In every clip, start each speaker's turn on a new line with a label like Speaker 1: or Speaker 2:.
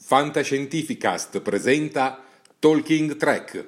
Speaker 1: Fantascientificast presenta Talking Trek.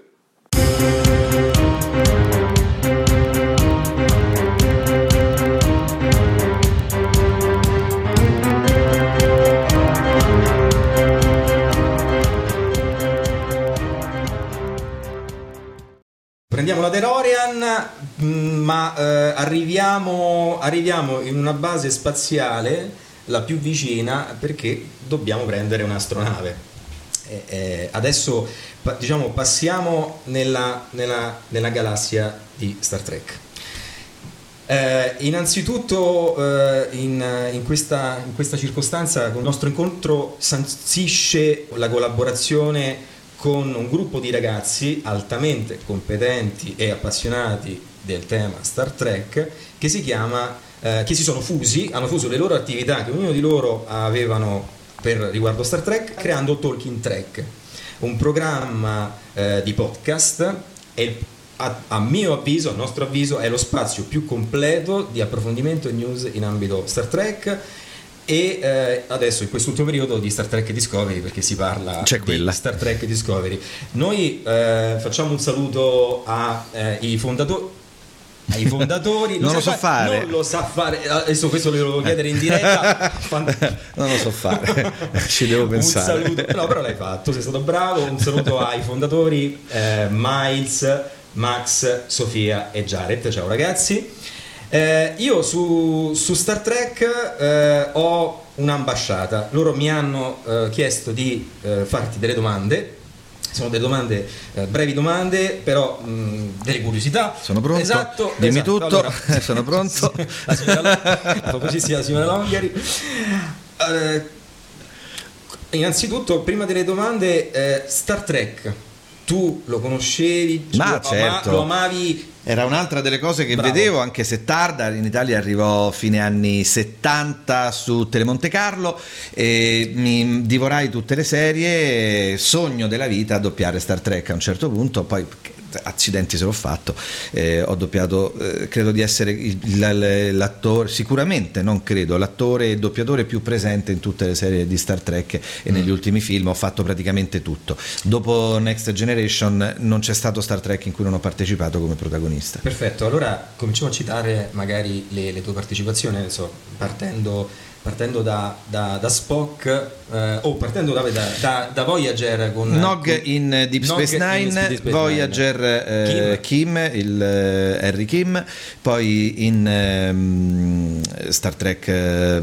Speaker 2: Prendiamo la DeLorean, ma arriviamo in una base spaziale, la più vicina, perché dobbiamo prendere un'astronave. Adesso passiamo nella galassia di Star Trek. Innanzitutto in questa circostanza, con il nostro incontro sanzisce la collaborazione con un gruppo di ragazzi altamente competenti e appassionati del tema Star Trek, che si sono hanno fuso le loro attività che ognuno di loro avevano per riguardo Star Trek, creando Talking Trek, un programma di podcast e a mio avviso, a nostro avviso, è lo spazio più completo di approfondimento e news in ambito Star Trek. E adesso in quest'ultimo periodo di Star Trek Discovery, perché si parla di Star Trek Discovery. Noi facciamo un saluto ai fondatori.
Speaker 3: Non lo so fare.
Speaker 2: Non lo sa fare. Adesso questo lo devo chiedere in diretta.
Speaker 3: Non lo so fare. Ci devo pensare.
Speaker 2: Un saluto. No, però l'hai fatto, sei stato bravo. Un saluto ai fondatori Miles, Max, Sofia e Jared. Ciao ragazzi. Io su Star Trek ho un'ambasciata. Loro mi hanno chiesto di farti delle domande. Sono delle domande, brevi domande, però delle curiosità.
Speaker 3: Sono pronto.
Speaker 2: Esatto.
Speaker 3: Dimmi tutto.
Speaker 2: Allora,
Speaker 3: sono pronto.
Speaker 2: La famosissima signora Longari. Innanzitutto, prima delle domande, Star Trek. Tu lo conoscevi?
Speaker 3: Ma certo.
Speaker 2: Lo amavi?
Speaker 3: Era un'altra delle cose che vedevo, anche se tarda. In Italia arrivò fine anni 70 su Telemonte Carlo e mi divorai tutte le serie. Sogno della vita doppiare Star Trek a un certo punto, poi accidenti se l'ho fatto, ho doppiato, credo di essere l'attore, sicuramente non credo, l'attore e doppiatore più presente in tutte le serie di Star Trek e negli ultimi film ho fatto praticamente tutto. Dopo Next Generation non c'è stato Star Trek in cui non ho partecipato come protagonista.
Speaker 2: Perfetto, allora cominciamo a citare magari le tue partecipazioni, adesso partendo da Spock, partendo da Voyager con
Speaker 3: Nog in Deep Space Nine, Voyager Kim, il Harry Kim, poi in Star Trek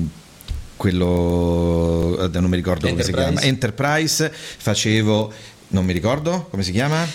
Speaker 3: quello non mi ricordo come si chiama, Enterprise, facevo, non mi ricordo come si chiama,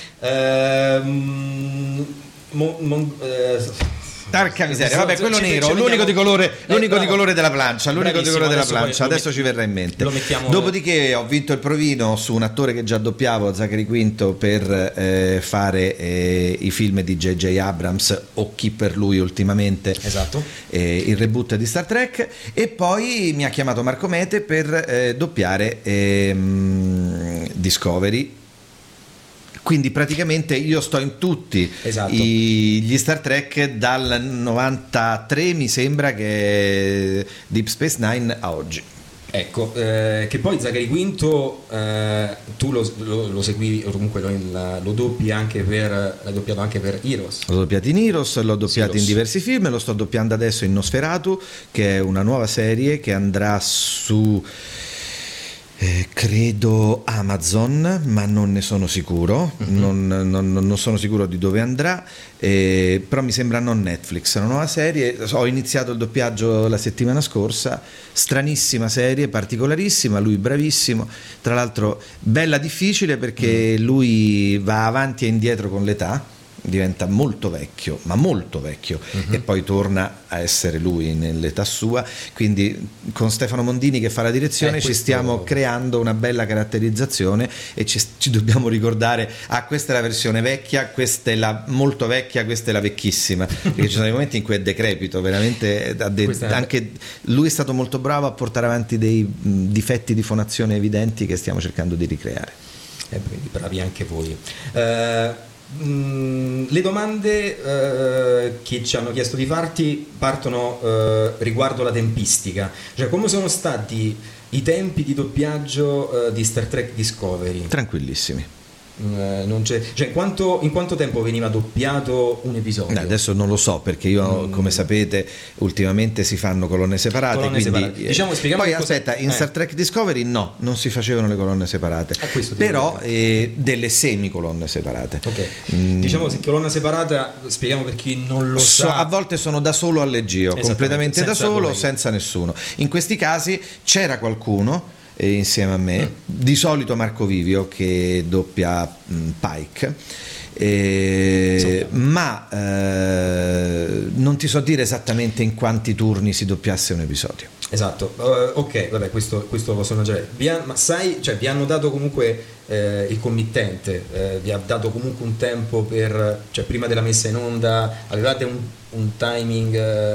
Speaker 3: Tarca miseria, vabbè, quello nero, l'unico di colore della plancia, adesso ci verrà in mente. Dopodiché ho vinto il provino su un attore che già doppiavo, Zachary Quinto, per fare i film di J.J. Abrams o chi per lui ultimamente,
Speaker 2: esatto,
Speaker 3: il reboot di Star Trek, e poi mi ha chiamato Marco Mete per doppiare Discovery. Quindi praticamente io sto in tutti gli Star Trek dal 93, mi sembra, che Deep Space Nine a oggi.
Speaker 2: Ecco, che poi Zachary Quinto tu lo seguivi, o comunque lo doppi anche l'hai doppiato anche per Heroes.
Speaker 3: L'ho doppiato in Heroes, l'ho doppiato in diversi film, lo sto doppiando adesso in Nosferatu, che è una nuova serie che andrà su credo Amazon, ma non ne sono sicuro, non sono sicuro di dove andrà, però mi sembra non Netflix. È una nuova serie, ho iniziato il doppiaggio la settimana scorsa, stranissima serie, particolarissima, lui bravissimo, tra l'altro bella difficile perché lui va avanti e indietro con l'età, diventa molto vecchio, ma molto vecchio, e poi torna a essere lui nell'età sua, quindi con Stefano Mondini che fa la direzione ci stiamo creando una bella caratterizzazione e ci dobbiamo ricordare, questa è la versione vecchia, questa è la molto vecchia, questa è la vecchissima, perché ci sono dei momenti in cui è decrepito veramente, anche lui è stato molto bravo a portare avanti dei difetti di fonazione evidenti che stiamo cercando di ricreare.
Speaker 2: Quindi bravi anche voi. Le domande che ci hanno chiesto di farti partono riguardo la tempistica, cioè come sono stati I tempi di doppiaggio di Star Trek Discovery.
Speaker 3: Tranquillissimi.
Speaker 2: Non c'è, cioè, in quanto tempo veniva doppiato un episodio?
Speaker 3: Adesso non lo so, perché io, come sapete, ultimamente si fanno colonne separate. Diciamo, poi aspetta, in Star Trek Discovery no, non si facevano le colonne separate, però delle semicolonne separate.
Speaker 2: Diciamo, se colonna separata, spieghiamo per chi non lo sa.
Speaker 3: A volte sono da solo al leggio, completamente da solo, senza nessuno. In questi casi c'era qualcuno insieme a me, di solito Marco Vivio, che doppia Pike, ma non ti so dire esattamente in quanti turni si doppiasse un episodio.
Speaker 2: Esatto, ok, vabbè, questo posso immaginare. Ma sai, cioè, vi hanno dato comunque il committente, vi ha dato comunque un tempo per, cioè, prima della messa in onda, avevate un timing,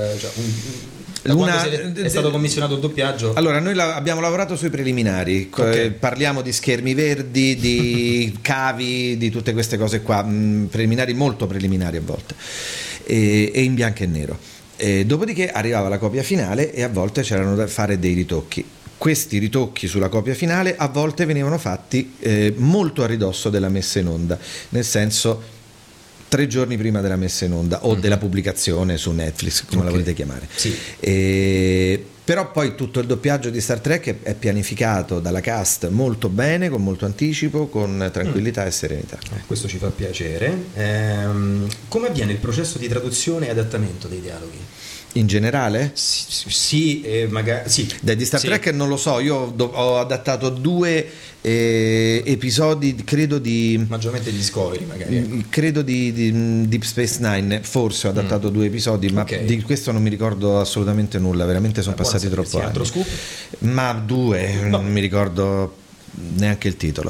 Speaker 2: è stato commissionato il doppiaggio?
Speaker 3: Allora, noi abbiamo lavorato sui preliminari, parliamo di schermi verdi, di cavi, di tutte queste cose qua, preliminari, molto preliminari a volte, e in bianco e nero. Dopodiché arrivava la copia finale e a volte c'erano da fare dei ritocchi. Questi ritocchi sulla copia finale a volte venivano fatti molto a ridosso della messa in onda, nel senso 3 giorni prima della messa in onda o della pubblicazione su Netflix, come la volete chiamare.
Speaker 2: Sì.
Speaker 3: Però poi tutto il doppiaggio di Star Trek è pianificato dalla cast molto bene, con molto anticipo, con tranquillità e serenità.
Speaker 2: Questo ci fa piacere. Come avviene il processo di traduzione e adattamento dei dialoghi?
Speaker 3: In generale?
Speaker 2: Sì, magari sì.
Speaker 3: Di Star Trek non lo so, io ho adattato 2 episodi, credo di
Speaker 2: maggiormente di Discovery, magari.
Speaker 3: Credo di Deep Space Nine, forse ho adattato 2 episodi, ma di questo non mi ricordo assolutamente nulla, veramente sono passati troppo anni.
Speaker 2: Altro scoop?
Speaker 3: Ma 2, non mi ricordo neanche il titolo.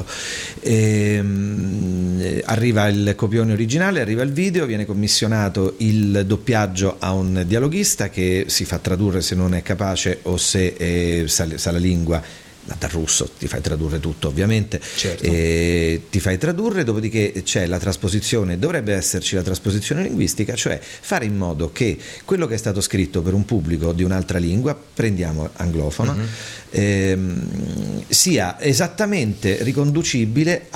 Speaker 3: Arriva il copione originale, arriva il video, viene commissionato il doppiaggio a un dialoghista che si fa tradurre se non è capace o se sa la lingua. Dal russo ti fai tradurre tutto, ovviamente.
Speaker 2: Certo.
Speaker 3: Ti fai tradurre, dopodiché c'è la trasposizione, dovrebbe esserci la trasposizione linguistica, cioè fare in modo che quello che è stato scritto per un pubblico di un'altra lingua, prendiamo anglofono, sia esattamente riconducibile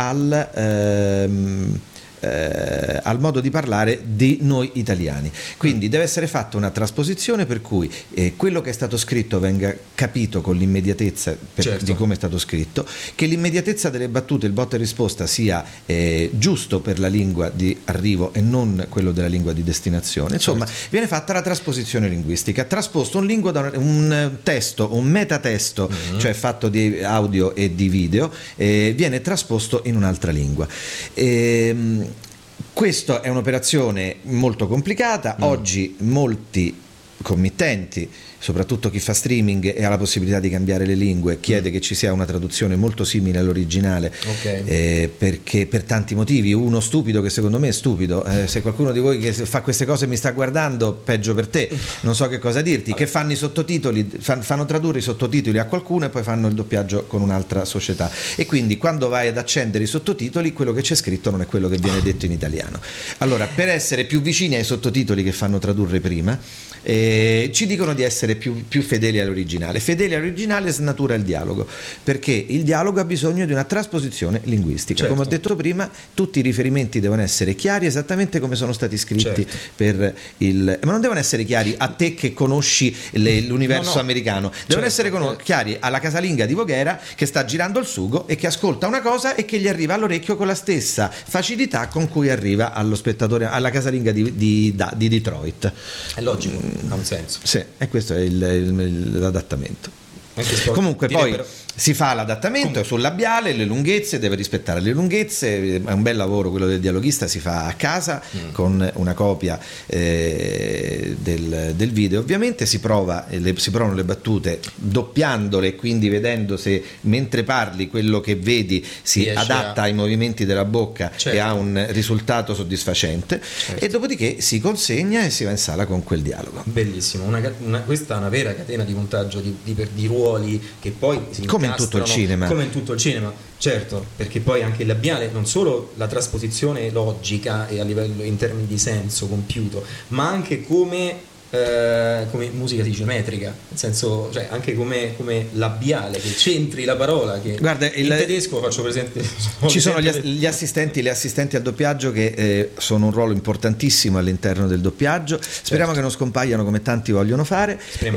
Speaker 3: al modo di parlare di noi italiani. Quindi deve essere fatta una trasposizione per cui quello che è stato scritto venga capito con l'immediatezza di come è stato scritto, che l'immediatezza delle battute, il botta e risposta sia giusto per la lingua di arrivo e non quello della lingua di destinazione. Insomma, viene fatta la trasposizione linguistica, trasposto un testo, un metatesto, cioè fatto di audio e di video, viene trasposto in un'altra lingua. Questa è un'operazione molto complicata. Oggi molti committenti, soprattutto chi fa streaming e ha la possibilità di cambiare le lingue, chiede che ci sia una traduzione molto simile all'originale, perché per tanti motivi. Uno stupido, che secondo me è stupido, se qualcuno di voi che fa queste cose mi sta guardando, peggio per te, non so che cosa dirti, che fanno i sottotitoli, fanno tradurre i sottotitoli a qualcuno e poi fanno il doppiaggio con un'altra società, e quindi quando vai ad accendere i sottotitoli quello che c'è scritto non è quello che viene detto in italiano. Allora, per essere più vicini ai sottotitoli che fanno tradurre prima, ci dicono di essere più fedeli all'originale. Fedeli all'originale snatura il dialogo, perché il dialogo ha bisogno di una trasposizione linguistica. Come ho detto prima, tutti i riferimenti devono essere chiari esattamente come sono stati scritti per ma non devono essere chiari a te che conosci l'universo americano, devono essere chiari alla casalinga di Voghera che sta girando il sugo e che ascolta una cosa e che gli arriva all'orecchio con la stessa facilità con cui arriva allo spettatore alla casalinga di Detroit.
Speaker 2: È logico. Ha un senso.
Speaker 3: Sì, e questo è l'adattamento. Comunque poi si fa l'adattamento sul labiale, le lunghezze, deve rispettare le lunghezze, è un bel lavoro quello del dialoghista, si fa a casa con una copia del video. Ovviamente si provano le battute doppiandole, quindi vedendo se mentre parli quello che vedi si adatta ai movimenti della bocca e ha un risultato soddisfacente, e dopodiché si consegna e si va in sala con quel dialogo.
Speaker 2: Bellissimo, questa è una vera catena di montaggio di ruoli che poi si
Speaker 3: come in tutto il cinema,
Speaker 2: certo, perché poi anche il labiale, non solo la trasposizione logica e a livello in termini di senso compiuto, ma anche come come musica si dice metrica, nel senso, cioè anche come labiale, che c'entri la parola, che
Speaker 3: guarda,
Speaker 2: in tedesco faccio presente
Speaker 3: ci sono gli assistenti, le assistenti al doppiaggio che sono un ruolo importantissimo all'interno del doppiaggio, speriamo che non scompaiano come tanti vogliono fare.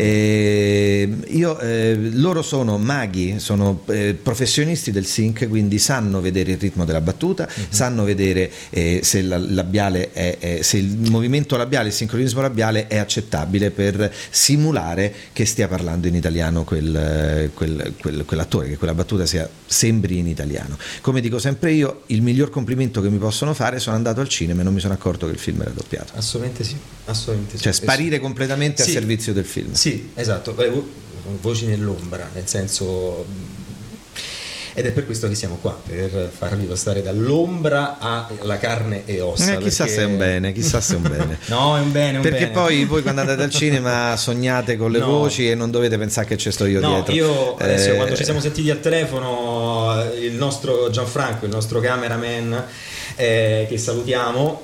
Speaker 3: Loro sono maghi, sono professionisti del sync, quindi sanno vedere il ritmo della battuta, sanno vedere se il labiale se il movimento labiale, il sincronismo labiale è accettabile per simulare che stia parlando in italiano quell'attore, che quella battuta sembri in italiano. Come dico sempre io, il miglior complimento che mi possono fare: sono andato al cinema e non mi sono accorto che il film era doppiato.
Speaker 2: Assolutamente sì.
Speaker 3: Cioè sparire completamente a servizio del film.
Speaker 2: Sì, esatto. Voci nell'ombra, nel senso. Ed è per questo che siamo qua, per farvi passare dall'ombra alla carne e ossa.
Speaker 3: Chissà se è un bene, chissà se è un bene.
Speaker 2: No, è un bene,
Speaker 3: perché poi voi quando andate al cinema sognate con le voci e non dovete pensare che ci sto io dietro.
Speaker 2: Io adesso, quando ci siamo sentiti al telefono, il nostro Gianfranco, il nostro cameraman, che salutiamo,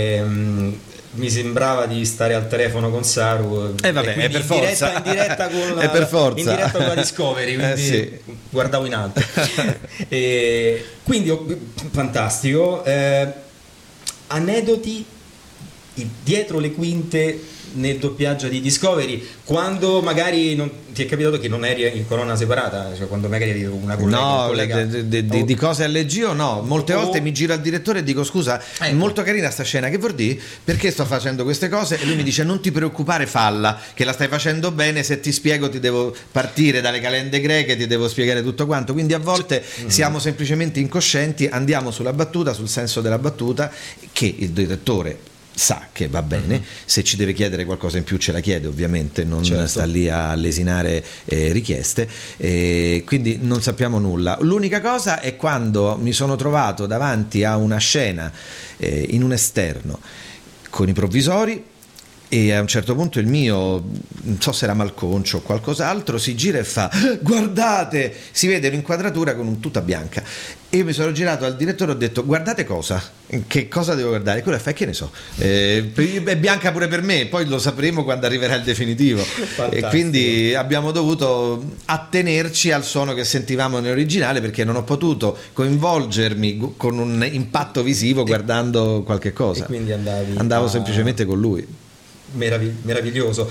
Speaker 2: mi sembrava di stare al telefono con Saru,
Speaker 3: vabbè, è per forza.
Speaker 2: In diretta con
Speaker 3: è per forza.
Speaker 2: In diretta con la Discovery, quindi
Speaker 3: sì.
Speaker 2: Guardavo in alto. Quindi fantastico. Aneddoti dietro le quinte nel doppiaggio di Discovery, quando magari non ti è capitato che non eri in colonna separata, cioè quando magari avevi una collega,
Speaker 3: di cose al leggio, no, molte volte mi giro al direttore e dico: scusa, è molto carina sta scena, che vuol dire? Perché sto facendo queste cose? E lui mi dice: non ti preoccupare, falla, che la stai facendo bene, se ti spiego ti devo partire dalle calende greche, ti devo spiegare tutto quanto. Quindi a volte siamo semplicemente incoscienti, andiamo sulla battuta, sul senso della battuta, che il direttore sa che va bene, se ci deve chiedere qualcosa in più ce la chiede, ovviamente non sta lì a lesinare richieste, quindi non sappiamo nulla. L'unica cosa è quando mi sono trovato davanti a una scena in un esterno con i provvisori e a un certo punto il mio, non so se era malconcio o qualcos'altro, si gira e fa: guardate, si vede un'inquadratura con un tuta bianca. E io mi sono girato al direttore e ho detto: guardate cosa? Che cosa devo guardare? Quello fa: che ne so, è bianca pure per me, poi lo sapremo quando arriverà il definitivo. E quindi abbiamo dovuto attenerci al suono che sentivamo nell'originale, perché non ho potuto coinvolgermi con un impatto visivo guardando qualche cosa,
Speaker 2: e quindi
Speaker 3: andavo semplicemente con lui.
Speaker 2: Meraviglioso.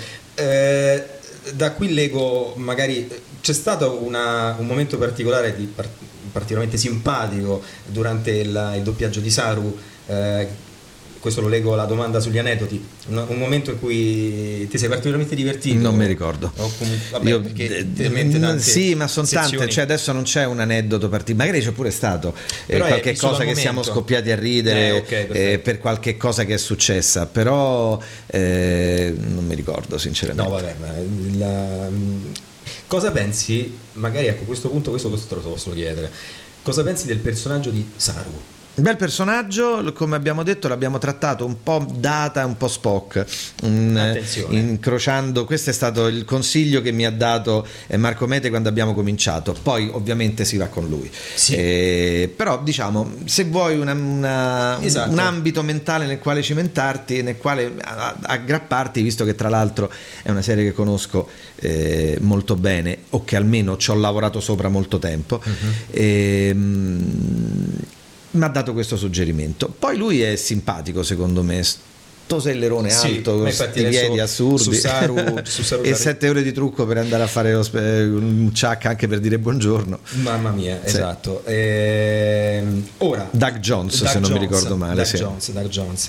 Speaker 2: Da qui leggo, magari c'è stato un momento particolare particolarmente simpatico durante il doppiaggio di Saru, questo lo leggo la domanda sugli aneddoti, un momento in cui ti sei particolarmente divertito.
Speaker 3: Non mi ricordo. Sì, ma sono tante, cioè adesso non c'è un aneddoto particolare, magari c'è pure stato qualche cosa che siamo scoppiati a ridere per qualche cosa che è successa, però non mi ricordo sinceramente.
Speaker 2: No, vabbè, cosa pensi, magari ecco, a questo punto questo te lo posso chiedere, cosa pensi del personaggio di Saru?
Speaker 3: Bel personaggio, come abbiamo detto, l'abbiamo trattato un po' Data, un po' Spock, incrociando. Questo è stato il consiglio che mi ha dato Marco Mete quando abbiamo cominciato. Poi ovviamente si va con lui, però diciamo, se vuoi un ambito mentale nel quale cimentarti, nel quale aggrapparti, visto che tra l'altro è una serie che conosco molto bene, o che almeno ci ho lavorato sopra molto tempo, mi ha dato questo suggerimento. Poi lui è simpatico, secondo me, sto sellerone alto con questi piedi assurdi
Speaker 2: su Saru
Speaker 3: e 7 ore di trucco per andare a fare un ciak anche per dire buongiorno.
Speaker 2: Mamma mia, sì. Esatto. Ora
Speaker 3: Doug Jones, se non mi ricordo male.
Speaker 2: Doug Jones.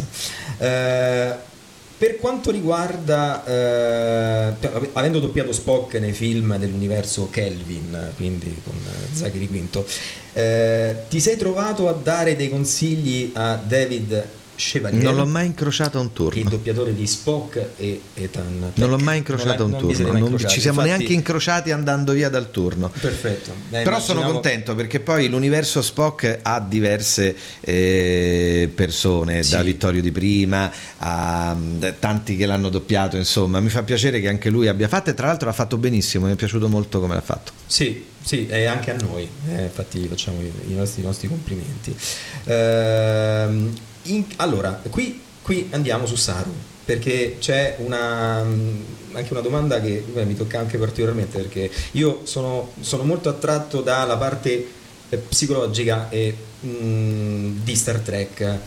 Speaker 2: Per quanto riguarda, avendo doppiato Spock nei film dell'universo Kelvin, quindi con Zachary Quinto, ti sei trovato a dare dei consigli a David Chevalier?
Speaker 3: Non l'ho mai incrociato un turno.
Speaker 2: Il doppiatore di Spock e Ethan.
Speaker 3: Non l'ho mai incrociato un turno. Non ci siamo neanche incrociati andando via dal turno.
Speaker 2: Perfetto.
Speaker 3: Però sono contento, perché poi l'universo Spock ha diverse persone, da Vittorio Di Prima a tanti che l'hanno doppiato, insomma mi fa piacere che anche lui abbia fatto, e tra l'altro l'ha fatto benissimo, mi è piaciuto molto come l'ha fatto.
Speaker 2: Sì, e anche a noi, infatti facciamo i nostri complimenti. Allora, qui qui andiamo su Saru, perché c'è anche una domanda che mi tocca anche particolarmente, perché io sono molto attratto dalla parte psicologica di Star Trek.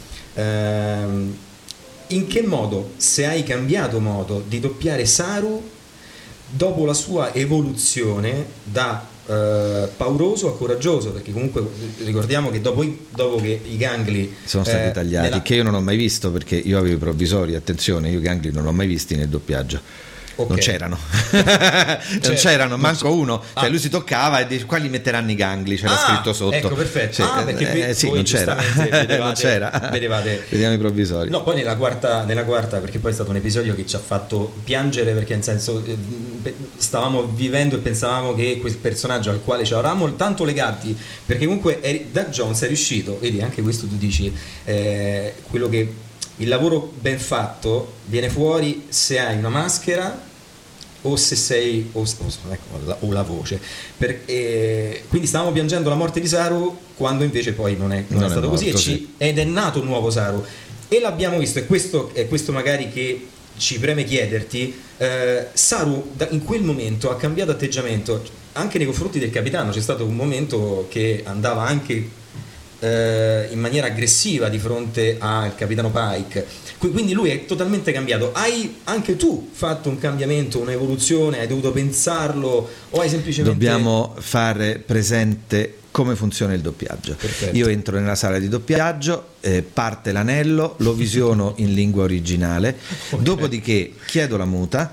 Speaker 2: In che modo, se hai cambiato modo di doppiare Saru dopo la sua evoluzione da pauroso a coraggioso, perché comunque ricordiamo che dopo che i gangli
Speaker 3: sono stati tagliati, che io non ho mai visto, perché io avevo i provvisori, attenzione, io i gangli non ho mai visti nel doppiaggio. Okay. Non c'erano, non c'erano, manco uno. Cioè lui si toccava e dice: qua li metteranno i gangli, c'era scritto sotto.
Speaker 2: Ecco, perfetto.
Speaker 3: Sì,
Speaker 2: perché
Speaker 3: sì, non c'era. Non c'era. Vediamo i provvisori.
Speaker 2: No, poi nella quarta, perché poi è stato un episodio che ci ha fatto piangere, perché nel senso stavamo vivendo e pensavamo che quel personaggio al quale ci eravamo tanto legati, perché comunque Doug Jones è riuscito, vedi, anche questo tu dici, quello che il lavoro ben fatto viene fuori se hai una maschera o se sei o la voce, quindi stavamo piangendo la morte di Saru, quando invece poi non è stato morto, così, ed è nato un nuovo Saru, e l'abbiamo visto, e questo magari che ci preme chiederti. Saru in quel momento ha cambiato atteggiamento anche nei confronti del capitano. C'è stato un momento che andava anche in maniera aggressiva di fronte al capitano Pike, quindi lui è totalmente cambiato. Hai anche tu fatto un cambiamento, un'evoluzione? Hai dovuto pensarlo o hai semplicemente... Dobbiamo
Speaker 3: fare presente come funziona il doppiaggio.
Speaker 2: Perfetto.
Speaker 3: Io entro nella sala di doppiaggio, parte l'anello, lo visiono in lingua originale, okay. Dopodiché chiedo la muta,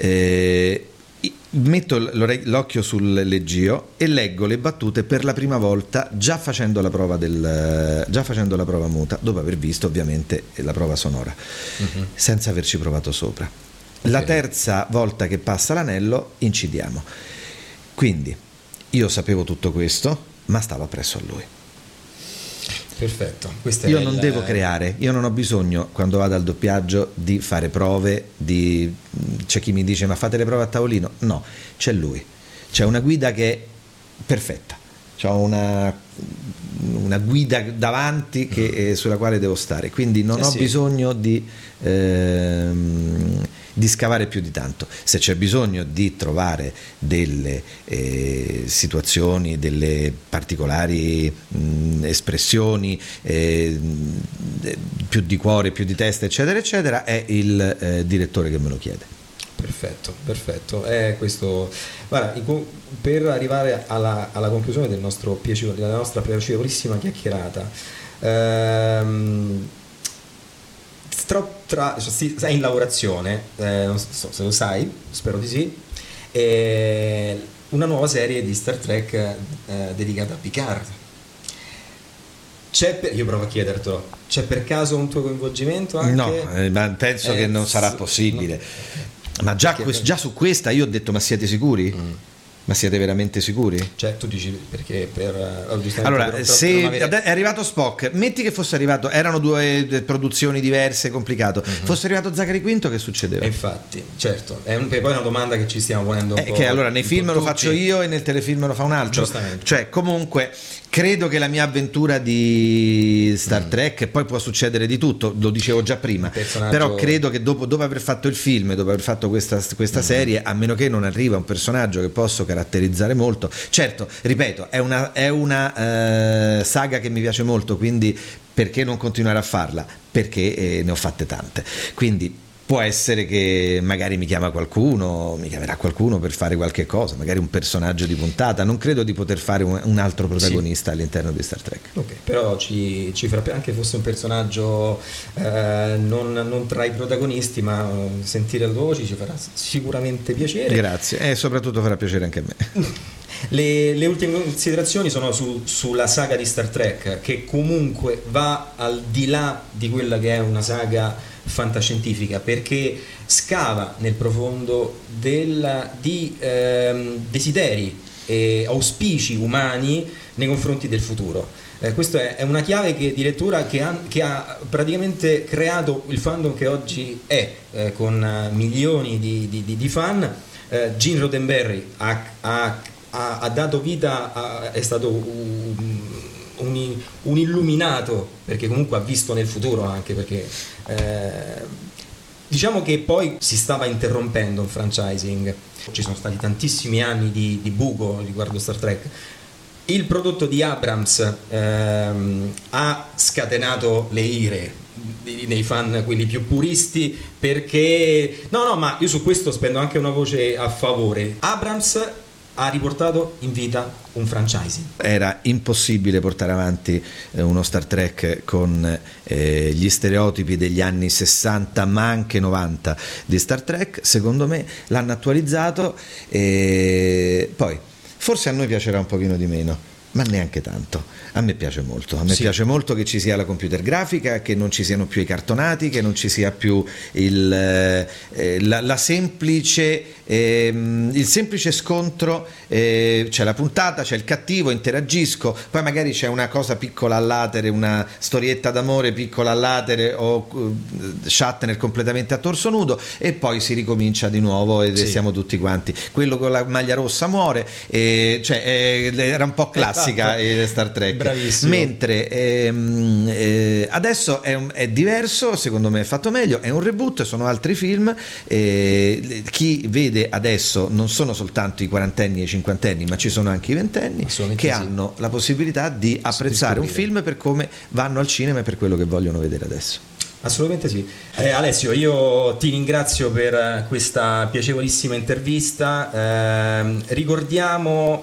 Speaker 3: metto l'occhio sul leggio e leggo le battute per la prima volta, già facendo la prova muta, dopo aver visto ovviamente la prova sonora, senza averci provato sopra. Okay. La terza volta che passa l'anello incidiamo. Quindi io sapevo tutto questo, ma stavo appresso a lui.
Speaker 2: Perfetto.
Speaker 3: Io non devo creare, io non ho bisogno, quando vado al doppiaggio, di fare prove, c'è chi mi dice: ma fate le prove a tavolino? No, c'è lui, c'è una guida che è perfetta, c'ho una guida davanti sulla quale devo stare, quindi non ho bisogno di scavare più di tanto. Se c'è bisogno di trovare delle situazioni, delle particolari espressioni, più di cuore, più di testa, eccetera eccetera, è il direttore che me lo chiede.
Speaker 2: Perfetto. Questo, guarda, per arrivare alla conclusione della nostra piacevolissima chiacchierata, sei in lavorazione, non so se lo sai, spero di sì, una nuova serie di Star Trek dedicata a Picard. Io provo a chiedertelo, c'è per caso un tuo coinvolgimento anche?
Speaker 3: No, ma penso che non sarà possibile. No. Ma già su questa io ho detto: ma siete sicuri? Ma siete veramente sicuri?
Speaker 2: Cioè, tu dici perché
Speaker 3: allora, se è arrivato Spock, metti che fosse arrivato, erano due produzioni diverse, complicato. Fosse arrivato Zachary Quinto, che succedeva?
Speaker 2: Infatti, certo, poi è una domanda che ci stiamo ponendo un po'.
Speaker 3: Che allora nei film lo faccio io e nel telefilm lo fa un altro.
Speaker 2: Giustamente.
Speaker 3: Cioè, comunque, credo che la mia avventura di Star Trek, e poi può succedere di tutto, lo dicevo già prima, però credo che dopo aver fatto il film, dopo aver fatto questa serie, a meno che non arriva un personaggio che posso caratterizzare molto, certo, ripeto, è una saga che mi piace molto, quindi perché non continuare a farla? Perché ne ho fatte tante, quindi può essere che magari mi chiamerà qualcuno per fare qualche cosa, magari un personaggio di puntata. Non credo di poter fare un altro protagonista all'interno di Star Trek.
Speaker 2: Ok, però ci farà, anche fosse un personaggio non tra i protagonisti, ma sentire la tua voce ci farà sicuramente piacere.
Speaker 3: Grazie, e soprattutto farà piacere anche a me.
Speaker 2: Le ultime considerazioni sono sulla saga di Star Trek, che comunque va al di là di quella che è una saga fantascientifica, perché scava nel profondo di desideri e auspici umani nei confronti del futuro. Questa è una chiave che addirittura che ha praticamente creato il fandom che oggi è, con milioni di fan. Gene Roddenberry ha dato vita è stato un illuminato, perché comunque ha visto nel futuro, anche perché diciamo che poi si stava interrompendo il franchising, ci sono stati tantissimi anni di buco riguardo Star Trek. Il prodotto di Abrams ha scatenato le ire nei fan, quelli più puristi, perché ma io su questo spendo anche una voce a favore. Abrams ha riportato in vita un franchising.
Speaker 3: Era impossibile portare avanti uno Star Trek con gli stereotipi degli anni 60 ma anche 90 di Star Trek. Secondo me l'hanno attualizzato, e poi forse a noi piacerà un pochino di meno, ma neanche tanto. A me piace molto, piace molto che ci sia la computer grafica, che non ci siano più i cartonati, che non ci sia più il semplice scontro, c'è la puntata, c'è il cattivo, interagisco, poi magari c'è una cosa piccola all'atere, una storietta d'amore piccola all'atere, o Shatner completamente a torso nudo, e poi si ricomincia di nuovo e siamo tutti quanti. Quello con la maglia rossa muore, era un po' classica Star Trek.
Speaker 2: Bravissimo.
Speaker 3: Mentre adesso è diverso, secondo me è fatto meglio, è un reboot, sono altri film. Chi vede adesso non sono soltanto i quarantenni e i cinquantenni, ma ci sono anche i ventenni che hanno la possibilità di apprezzare un film per come vanno al cinema e per quello che vogliono vedere adesso.
Speaker 2: Assolutamente sì. Alessio, io ti ringrazio per questa piacevolissima intervista. Ricordiamo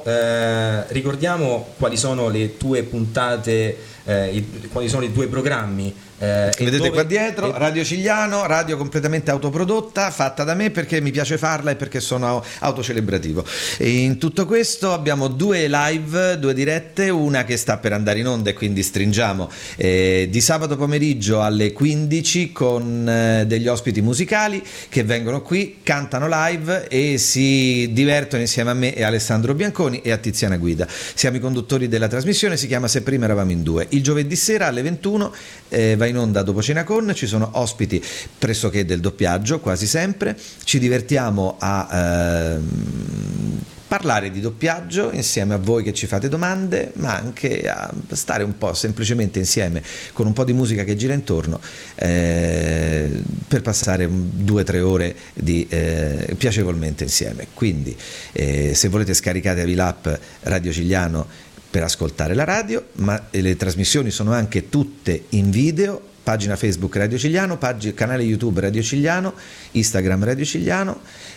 Speaker 2: quali sono le tue puntate, quali sono i tuoi programmi.
Speaker 3: Vedete qua dietro, Radio Cigliano, radio completamente autoprodotta, fatta da me perché mi piace farla e perché sono autocelebrativo. E in tutto questo abbiamo 2 live, 2 dirette, una che sta per andare in onda e quindi stringiamo, di sabato pomeriggio alle 15 con degli ospiti musicali che vengono qui, cantano live e si divertono insieme a me e Alessandro Bianconi e a Tiziana Guida. Siamo i conduttori della trasmissione, si chiama Se prima eravamo in 2. Il giovedì sera alle 21 va in onda Dopo Cena Con, ci sono ospiti pressoché del doppiaggio quasi sempre, ci divertiamo a parlare di doppiaggio insieme a voi che ci fate domande, ma anche a stare un po' semplicemente insieme con un po' di musica che gira intorno, per passare 2-3 ore piacevolmente insieme. Quindi se volete scaricatevi l'app Radio Cigliano per ascoltare la radio, ma le trasmissioni sono anche tutte in video, pagina Facebook Radio Cigliano, canale YouTube Radio Cigliano, Instagram Radio Cigliano,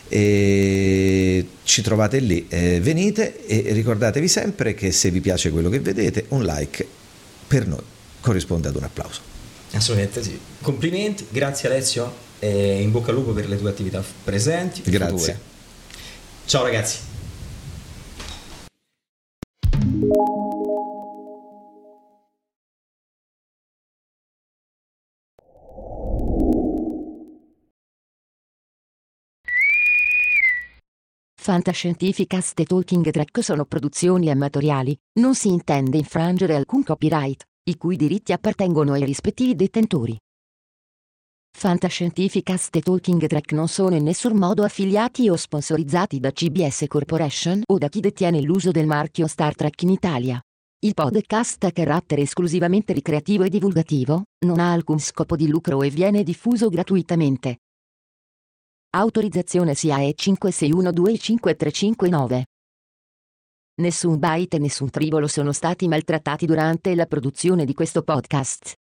Speaker 3: e ci trovate lì. Venite e ricordatevi sempre che se vi piace quello che vedete, un like per noi corrisponde ad un applauso.
Speaker 2: Assolutamente sì. Complimenti, grazie Alessio, e in bocca al lupo per le tue attività presenti e
Speaker 3: grazie.
Speaker 2: Future. Ciao ragazzi.
Speaker 4: Fantascientificast e Talking Track sono produzioni amatoriali, non si intende infrangere alcun copyright, i cui diritti appartengono ai rispettivi detentori. Fantascientificast e Talking Track non sono in nessun modo affiliati o sponsorizzati da CBS Corporation o da chi detiene l'uso del marchio Star Trek in Italia. Il podcast ha carattere esclusivamente ricreativo e divulgativo, non ha alcun scopo di lucro e viene diffuso gratuitamente. Autorizzazione SIAE 56125359. Nessun byte e nessun tribolo sono stati maltrattati durante la produzione di questo podcast.